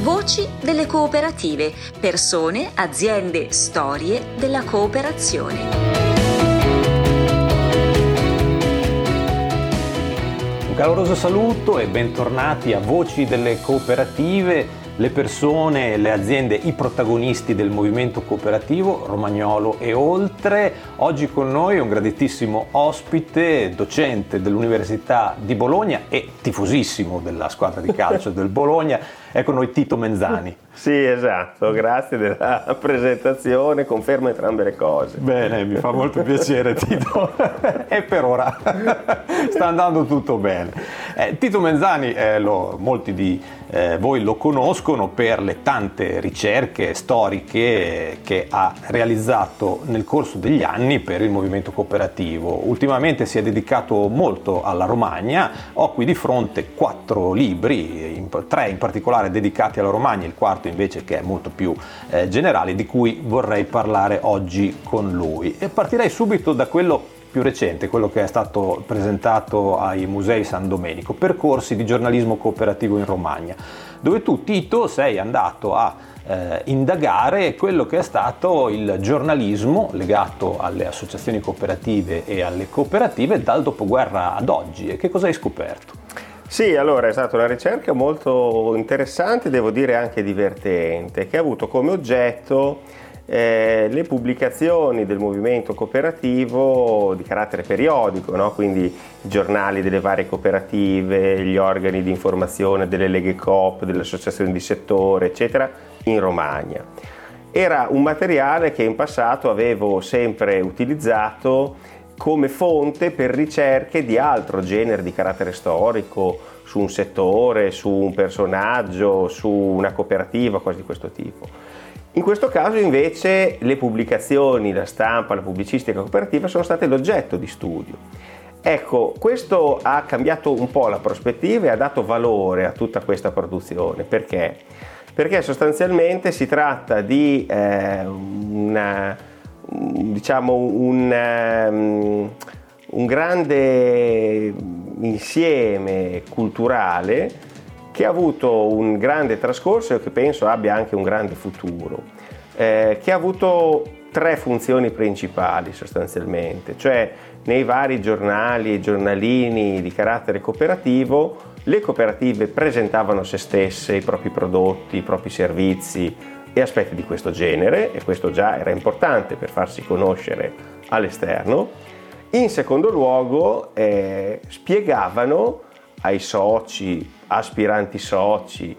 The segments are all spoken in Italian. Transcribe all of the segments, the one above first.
Voci delle cooperative, persone, aziende, storie della cooperazione. Un caloroso saluto e bentornati a Voci delle cooperative, le persone, le aziende, i protagonisti del movimento cooperativo Romagnolo e oltre. Oggi con noi un graditissimo ospite, docente dell'Università di Bologna e tifosissimo della squadra di calcio del Bologna. È con noi Tito Menzani. Sì, esatto, grazie della presentazione, confermo entrambe le cose. Bene, mi fa molto piacere Tito, e per ora sta andando tutto bene. Tito Menzani, molti di voi lo conoscono per le tante ricerche storiche che ha realizzato nel corso degli anni per il movimento cooperativo. Ultimamente si è dedicato molto alla Romagna, ho qui di fronte 4 libri, 3 in particolare dedicati alla Romagna, il quarto invece che è molto più generale, di cui vorrei parlare oggi con lui. E partirei subito da quello più recente, quello che è stato presentato ai Musei San Domenico, Percorsi di giornalismo cooperativo in Romagna, dove tu, Tito, sei andato a indagare quello che è stato il giornalismo legato alle associazioni cooperative e alle cooperative dal dopoguerra ad oggi. E che cosa hai scoperto? Sì, allora è stata una ricerca molto interessante, devo dire anche divertente, che ha avuto come oggetto le pubblicazioni del movimento cooperativo di carattere periodico, no? Quindi i giornali delle varie cooperative, gli organi di informazione delle leghe coop, delle associazioni di settore, eccetera, in Romagna. Era un materiale che in passato avevo sempre utilizzato come fonte per ricerche di altro genere di carattere storico, su un settore, su un personaggio, su una cooperativa, cose di questo tipo. In questo caso invece le pubblicazioni, la stampa, la pubblicistica cooperativa sono state l'oggetto di studio. Ecco, questo ha cambiato un po' la prospettiva e ha dato valore a tutta questa produzione. Perché? Perché sostanzialmente si tratta di un grande insieme culturale che ha avuto un grande trascorso e che penso abbia anche un grande futuro, che ha avuto 3 funzioni principali sostanzialmente, cioè nei vari giornali e giornalini di carattere cooperativo le cooperative presentavano se stesse, i propri prodotti, i propri servizi e aspetti di questo genere, e questo già era importante per farsi conoscere all'esterno. In secondo luogo spiegavano ai soci, aspiranti soci,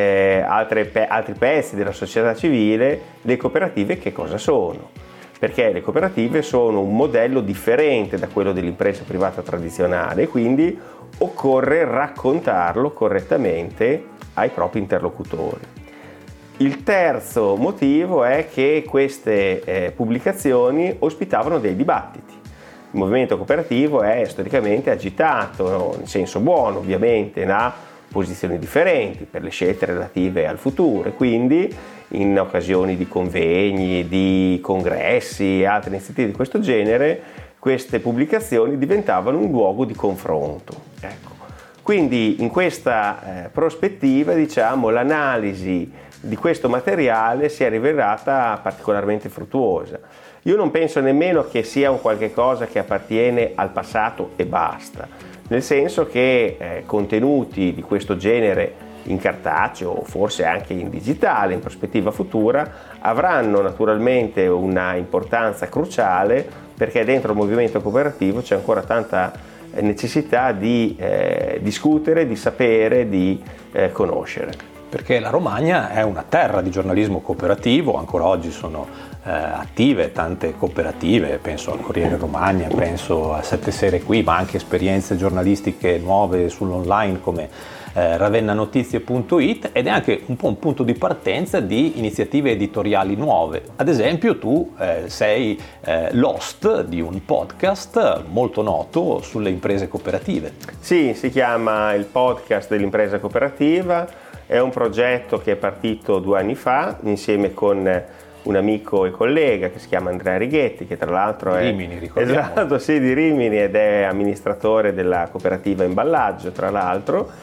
altri pezzi della società civile, le cooperative che cosa sono. Perché le cooperative sono un modello differente da quello dell'impresa privata tradizionale, quindi occorre raccontarlo correttamente ai propri interlocutori. Il terzo motivo è che queste pubblicazioni ospitavano dei dibattiti. Il movimento cooperativo è storicamente agitato, no? In senso buono ovviamente, da posizioni differenti per le scelte relative al futuro, e quindi in occasioni di convegni, di congressi e altre iniziative di questo genere, queste pubblicazioni diventavano un luogo di confronto. Ecco. Quindi in questa prospettiva, l'analisi di questo materiale si è rivelata particolarmente fruttuosa. Io non penso nemmeno che sia un qualche cosa che appartiene al passato e basta, nel senso che contenuti di questo genere in cartaceo o forse anche in digitale in prospettiva futura avranno naturalmente una importanza cruciale, perché dentro il movimento cooperativo c'è ancora tanta necessità di discutere, di sapere, di conoscere. Perché la Romagna è una terra di giornalismo cooperativo, ancora oggi sono attive tante cooperative, penso al Corriere Romagna, penso a Sette Sere Qui, ma anche esperienze giornalistiche nuove sull'online come ravennanotizie.it, ed è anche un po' un punto di partenza di iniziative editoriali nuove. Ad esempio tu sei l'host di un podcast molto noto sulle imprese cooperative. Sì, si chiama il podcast dell'impresa cooperativa, è un progetto che è partito 2 anni fa insieme con un amico e collega che si chiama Andrea Righetti, che tra l'altro è Rimini, ricordiamo. Esatto, sì, di Rimini, ed è amministratore della cooperativa Imballaggio, tra l'altro.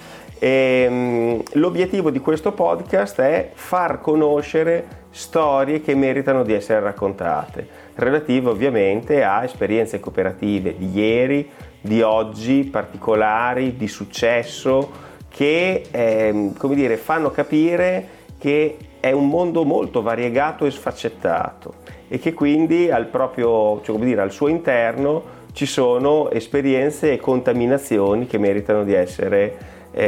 L'obiettivo di questo podcast è far conoscere storie che meritano di essere raccontate, relative ovviamente a esperienze cooperative di ieri, di oggi, particolari, di successo, che fanno capire che è un mondo molto variegato e sfaccettato e che quindi al suo interno ci sono esperienze e contaminazioni che meritano di essere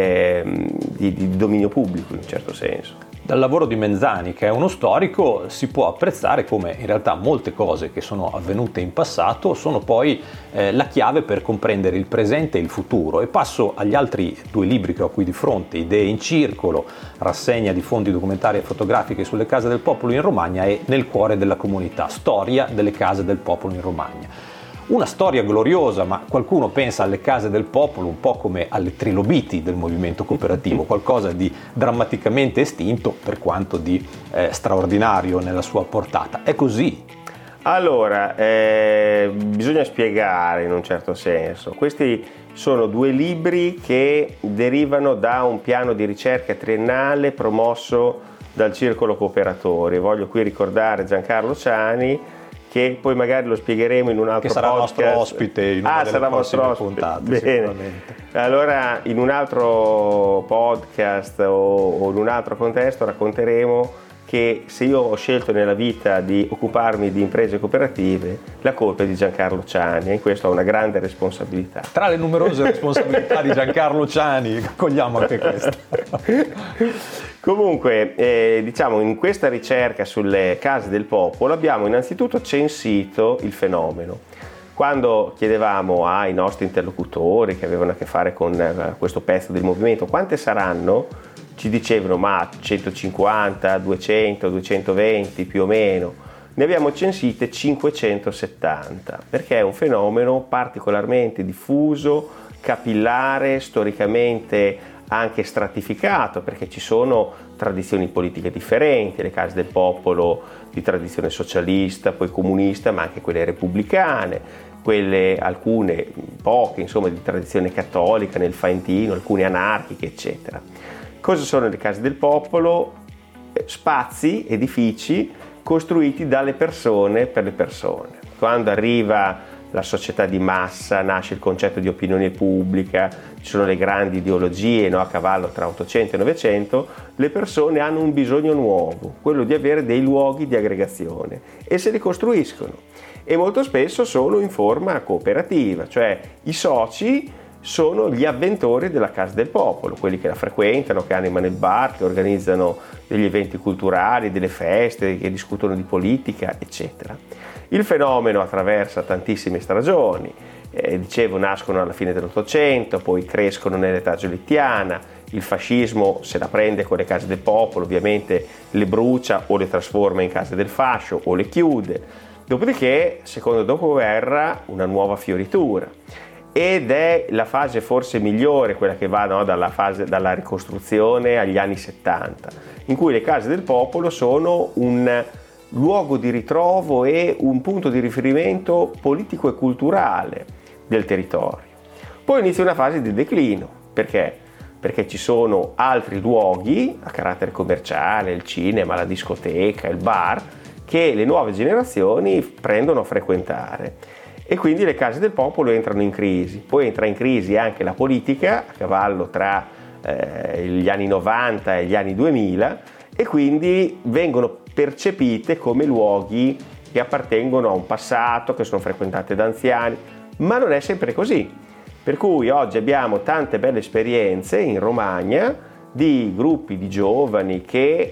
di dominio pubblico in un certo senso. Dal lavoro di Menzani, che è uno storico, si può apprezzare come in realtà molte cose che sono avvenute in passato sono poi la chiave per comprendere il presente e il futuro. E passo agli altri due libri che ho qui di fronte: Idee in circolo, rassegna di fonti documentari e fotografiche sulle case del popolo in Romagna, e Nel cuore della comunità, storia delle case del popolo in Romagna. Una storia gloriosa, ma qualcuno pensa alle case del popolo un po' come alle trilobiti del movimento cooperativo, qualcosa di drammaticamente estinto per quanto di straordinario nella sua portata. È così? Allora, bisogna spiegare in un certo senso. Questi sono due libri che derivano da un piano di ricerca triennale promosso dal Circolo Cooperatori. Voglio qui ricordare Giancarlo Ciani, che poi magari lo spiegheremo in un altro podcast. Che sarà nostro ospite in una delle prossime puntate. Bene. Sicuramente. Allora, in un altro podcast o in un altro contesto racconteremo che se io ho scelto nella vita di occuparmi di imprese cooperative, la colpa è di Giancarlo Ciani, e in questo ho una grande responsabilità. Tra le numerose responsabilità di Giancarlo Ciani, cogliamo anche questa. Comunque, in questa ricerca sulle case del popolo abbiamo innanzitutto censito il fenomeno. Quando chiedevamo ai nostri interlocutori che avevano a che fare con questo pezzo del movimento quante saranno, ci dicevano 150, 200, 220 più o meno. Ne abbiamo censite 570, perché è un fenomeno particolarmente diffuso, capillare, storicamente anche stratificato, perché ci sono tradizioni politiche differenti, le case del popolo di tradizione socialista, poi comunista, ma anche quelle repubblicane, quelle alcune, poche, di tradizione cattolica nel Faentino, alcune anarchiche, eccetera. Cosa sono le case del popolo? Spazi, edifici costruiti dalle persone per le persone. Quando arriva la società di massa, nasce il concetto di opinione pubblica, ci sono le grandi ideologie, a cavallo tra 800 e 900, le persone hanno un bisogno nuovo, quello di avere dei luoghi di aggregazione, e se li costruiscono. E molto spesso sono in forma cooperativa, cioè i soci sono gli avventori della Casa del Popolo, quelli che la frequentano, che animano il bar, che organizzano degli eventi culturali, delle feste, che discutono di politica, eccetera. Il fenomeno attraversa tantissime stagioni, nascono alla fine dell'Ottocento, poi crescono nell'età giolittiana, il fascismo se la prende con le case del popolo, ovviamente le brucia o le trasforma in case del fascio o le chiude. Dopodiché, secondo dopoguerra, una nuova fioritura. Ed è la fase forse migliore, quella che va dalla ricostruzione agli anni 70, in cui le case del popolo sono un luogo di ritrovo e un punto di riferimento politico e culturale del territorio. Poi inizia una fase di declino. Perché? Perché ci sono altri luoghi a carattere commerciale, il cinema, la discoteca, il bar, che le nuove generazioni prendono a frequentare. E quindi le case del popolo entrano in crisi. Poi entra in crisi anche la politica, a cavallo tra gli anni 90 e gli anni 2000, e quindi vengono percepite come luoghi che appartengono a un passato, che sono frequentate da anziani, ma non è sempre così. Per cui oggi abbiamo tante belle esperienze in Romagna di gruppi di giovani che,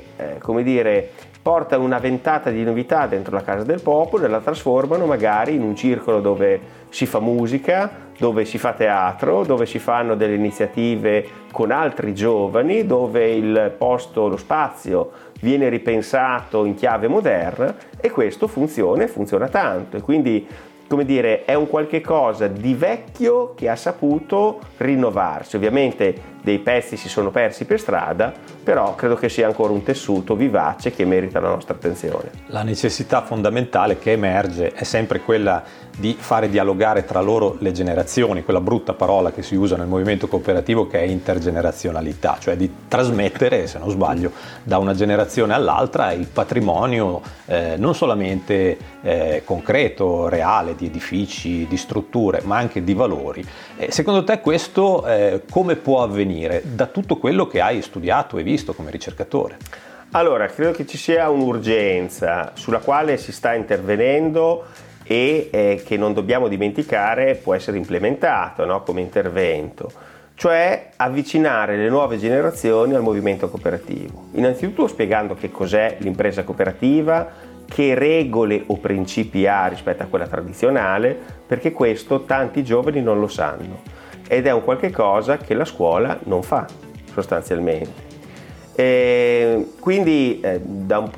portano una ventata di novità dentro la Casa del Popolo e la trasformano magari in un circolo dove si fa musica, dove si fa teatro, dove si fanno delle iniziative con altri giovani, dove lo spazio viene ripensato in chiave moderna, e questo funziona tanto. E quindi, è un qualche cosa di vecchio che ha saputo rinnovarsi. Ovviamente dei pezzi si sono persi per strada, però credo che sia ancora un tessuto vivace che merita la nostra attenzione. La necessità fondamentale che emerge è sempre quella di fare dialogare tra loro le generazioni, quella brutta parola che si usa nel movimento cooperativo che è intergenerazionalità, cioè di trasmettere, se non sbaglio, da una generazione all'altra il patrimonio non solamente concreto, reale, di edifici, di strutture, ma anche di valori. Secondo te questo come può avvenire da tutto quello che hai studiato e visto come ricercatore? Allora, credo che ci sia un'urgenza sulla quale si sta intervenendo e che non dobbiamo dimenticare può essere implementato, no, come intervento, cioè avvicinare le nuove generazioni al movimento cooperativo. Innanzitutto spiegando che cos'è l'impresa cooperativa, che regole o principi ha rispetto a quella tradizionale, perché questo tanti giovani non lo sanno ed è un qualche cosa che la scuola non fa sostanzialmente. Quindi da un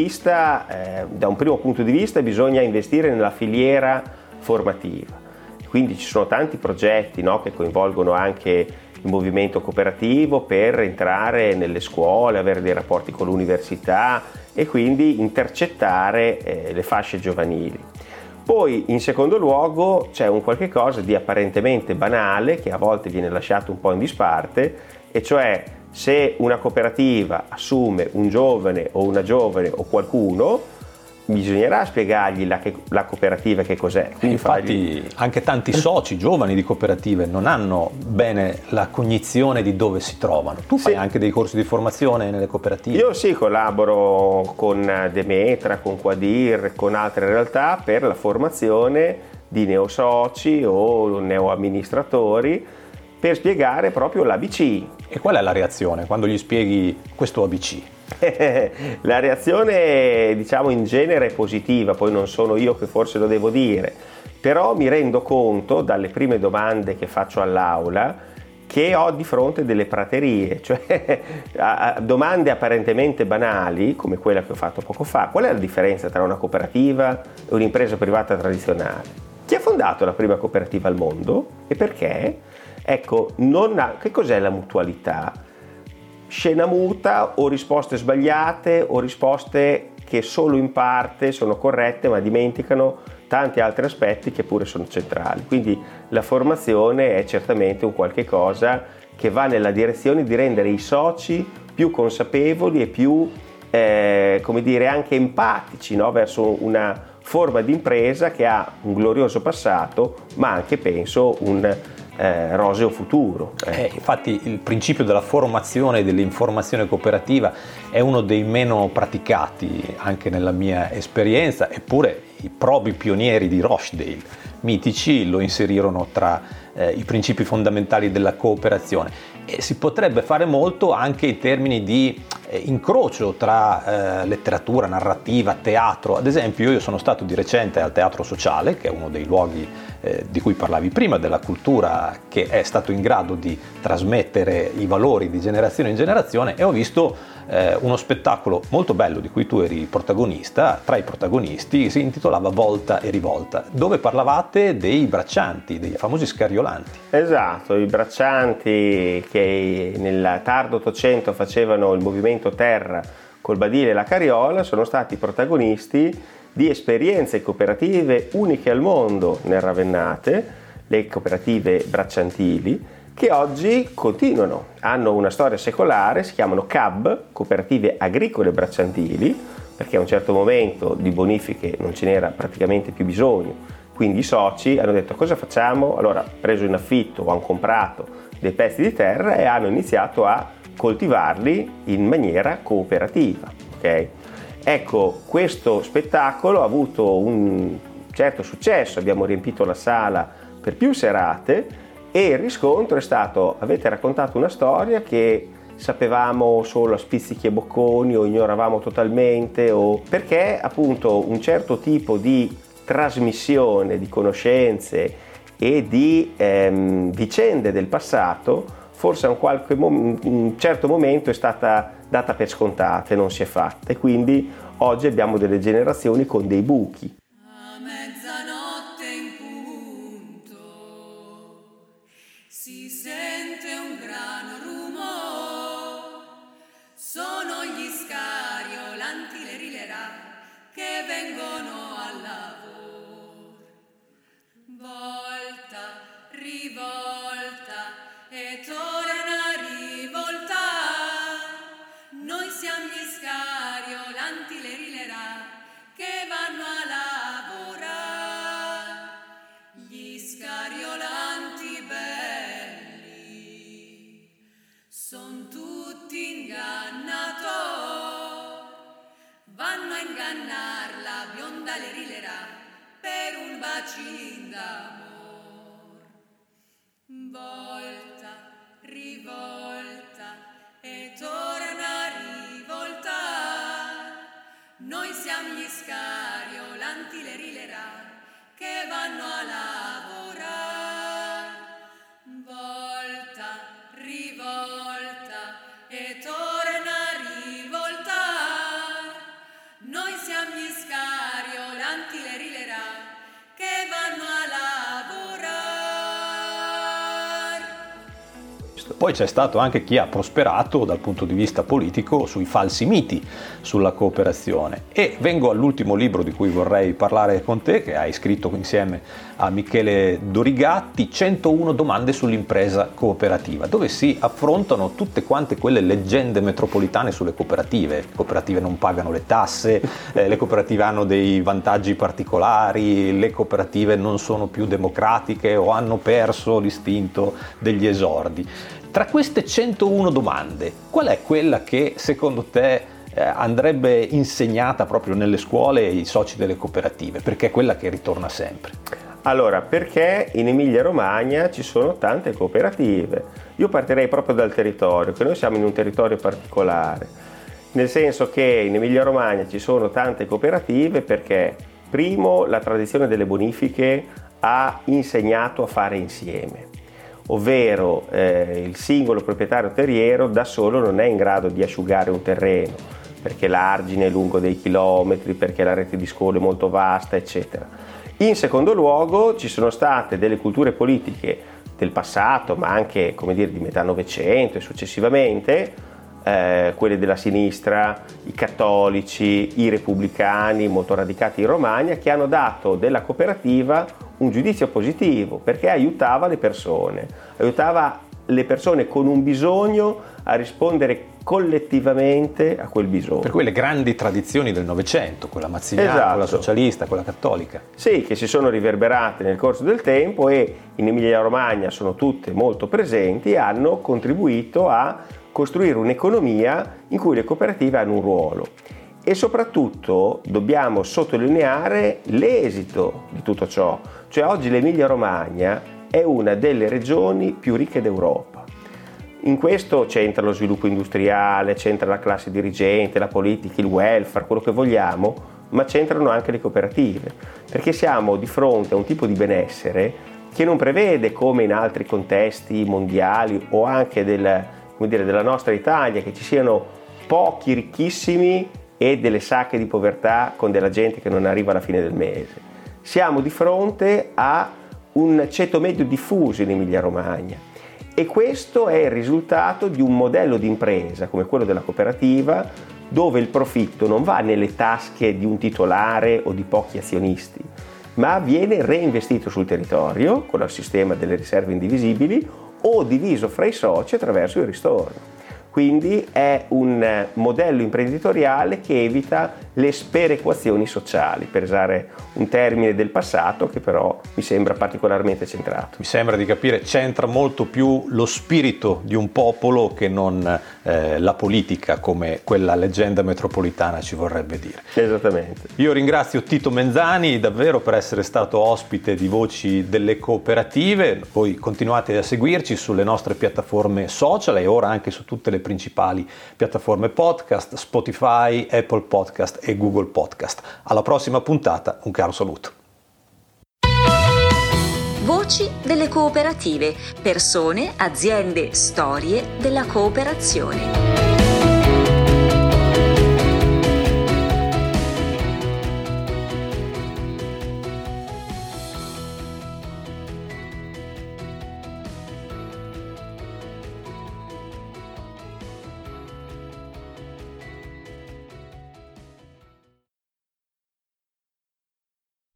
primo punto di vista bisogna investire nella filiera formativa, quindi ci sono tanti progetti, no, che coinvolgono anche il movimento cooperativo per entrare nelle scuole, avere dei rapporti con l'università e quindi intercettare le fasce giovanili. Poi in secondo luogo c'è un qualche cosa di apparentemente banale che a volte viene lasciato un po' in disparte, e cioè se una cooperativa assume un giovane o una giovane o qualcuno, bisognerà spiegargli la cooperativa che cos'è. Quindi infatti anche tanti soci giovani di cooperative non hanno bene la cognizione di dove si trovano. Tu fai anche dei corsi di formazione nelle cooperative? Io sì, collaboro con Demetra, con Quadir, con altre realtà per la formazione di neosoci o neoamministratori per spiegare proprio l'ABC. E qual è la reazione quando gli spieghi questo ABC? La reazione, diciamo, in genere è positiva, poi non sono io che forse lo devo dire, però mi rendo conto dalle prime domande che faccio all'aula che ho di fronte delle praterie, cioè a domande apparentemente banali come quella che ho fatto poco fa. Qual è la differenza tra una cooperativa e un'impresa privata tradizionale? Chi ha fondato la prima cooperativa al mondo e perché? Ecco, che cos'è la mutualità? Scena muta o risposte sbagliate o risposte che solo in parte sono corrette ma dimenticano tanti altri aspetti che pure sono centrali. Quindi la formazione è certamente un qualche cosa che va nella direzione di rendere i soci più consapevoli e più come dire, anche empatici, no? Verso una forma di impresa che ha un glorioso passato ma anche, penso, un roseo futuro. Infatti il principio della formazione e dell'informazione cooperativa è uno dei meno praticati anche nella mia esperienza, eppure i probi pionieri di Rochdale, mitici, lo inserirono tra i principi fondamentali della cooperazione. E si potrebbe fare molto anche in termini di incrocio tra letteratura, narrativa, teatro. Ad esempio, io sono stato di recente al Teatro Sociale, che è uno dei luoghi di cui parlavi prima, della cultura che è stato in grado di trasmettere i valori di generazione in generazione, e ho visto uno spettacolo molto bello di cui tu eri protagonista. Tra i protagonisti si intitolava Volta e Rivolta, dove parlavate dei braccianti, dei famosi scariolanti. Esatto, i braccianti che nel tardo Ottocento facevano il movimento terra col badile e la carriola sono stati protagonisti di esperienze cooperative uniche al mondo nel Ravennate, le cooperative bracciantili, che oggi continuano, hanno una storia secolare, si chiamano CAB, Cooperative Agricole Bracciantili, perché a un certo momento di bonifiche non ce n'era praticamente più bisogno, quindi i soci hanno detto cosa facciamo? Allora preso in affitto o hanno comprato dei pezzi di terra e hanno iniziato a coltivarli in maniera cooperativa. Okay? Ecco, questo spettacolo ha avuto un certo successo, abbiamo riempito la sala per più serate e il riscontro è stato: avete raccontato una storia che sapevamo solo a spizzichi e bocconi o ignoravamo totalmente, o perché appunto un certo tipo di trasmissione di conoscenze e di vicende del passato forse a un certo momento è stata data per scontata e non si è fatta, e quindi oggi abbiamo delle generazioni con dei buchi. A mezzanotte in punto si sente un grano vengono al lavoro. Volta, rivolta e torna a rivoltare. Noi siamo gli scariolanti, le rilerà che vanno a lavorare. Gli scariolanti belli son tutti ingannatori, vanno a ingannar la bionda, le rilerà per un bacin d'amor. Volta, rivolta e torna a rivoltare. Noi siamo gli scariolanti, le rilerà che vanno a lavorare. Volta, rivolta e torna a rivoltare. Noi siamo gli scariolanti, le rilerà che vanno a lavorare. Poi c'è stato anche chi ha prosperato dal punto di vista politico sui falsi miti sulla cooperazione, e vengo all'ultimo libro di cui vorrei parlare con te, che hai scritto insieme a Michele Dorigatti, 101 domande sull'impresa cooperativa, dove si affrontano tutte quante quelle leggende metropolitane sulle cooperative. Le cooperative non pagano le tasse, le cooperative hanno dei vantaggi particolari, le cooperative non sono più democratiche o hanno perso l'istinto degli esordi. Tra queste 101 domande, qual è quella che secondo te andrebbe insegnata proprio nelle scuole ai soci delle cooperative? Perché è quella che ritorna sempre. Allora, perché in Emilia-Romagna ci sono tante cooperative? Io partirei proprio dal territorio, che noi siamo in un territorio particolare, nel senso che in Emilia-Romagna ci sono tante cooperative perché, primo, la tradizione delle bonifiche ha insegnato a fare insieme. Ovvero il singolo proprietario terriero da solo non è in grado di asciugare un terreno, perché l'argine è lungo dei chilometri, perché la rete di scolo è molto vasta, eccetera. In secondo luogo ci sono state delle culture politiche del passato, ma anche, come dire, di metà Novecento e successivamente, quelle della sinistra, i cattolici, i repubblicani molto radicati in Romagna, che hanno dato della cooperativa un giudizio positivo perché aiutava le persone con un bisogno a rispondere collettivamente a quel bisogno. Per quelle grandi tradizioni del Novecento, quella mazziniana, esatto, quella socialista, quella cattolica. Sì, che si sono riverberate nel corso del tempo e in Emilia-Romagna sono tutte molto presenti e hanno contribuito a costruire un'economia in cui le cooperative hanno un ruolo. E soprattutto dobbiamo sottolineare l'esito di tutto ciò, cioè oggi l'Emilia-Romagna è una delle regioni più ricche d'Europa. In questo c'entra lo sviluppo industriale, c'entra la classe dirigente, la politica, il welfare, quello che vogliamo, ma c'entrano anche le cooperative, perché siamo di fronte a un tipo di benessere che non prevede, come in altri contesti mondiali o anche della nostra Italia, che ci siano pochi ricchissimi e delle sacche di povertà con della gente che non arriva alla fine del mese. Siamo di fronte a un ceto medio diffuso in Emilia-Romagna e questo è il risultato di un modello di impresa come quello della cooperativa, dove il profitto non va nelle tasche di un titolare o di pochi azionisti, ma viene reinvestito sul territorio con il sistema delle riserve indivisibili o diviso fra i soci attraverso il ristorno. Quindi è un modello imprenditoriale che evita le sperequazioni sociali, per usare un termine del passato che però mi sembra particolarmente centrato. Mi sembra di capire, c'entra molto più lo spirito di un popolo che non la politica, come quella leggenda metropolitana ci vorrebbe dire. Esattamente. Io ringrazio Tito Menzani davvero per essere stato ospite di Voci delle Cooperative. Voi continuate a seguirci sulle nostre piattaforme social e ora anche su tutte le principali piattaforme podcast, Spotify, Apple Podcast e Google Podcast. Alla prossima puntata, un caro saluto. Voci delle cooperative, persone, aziende, storie della cooperazione.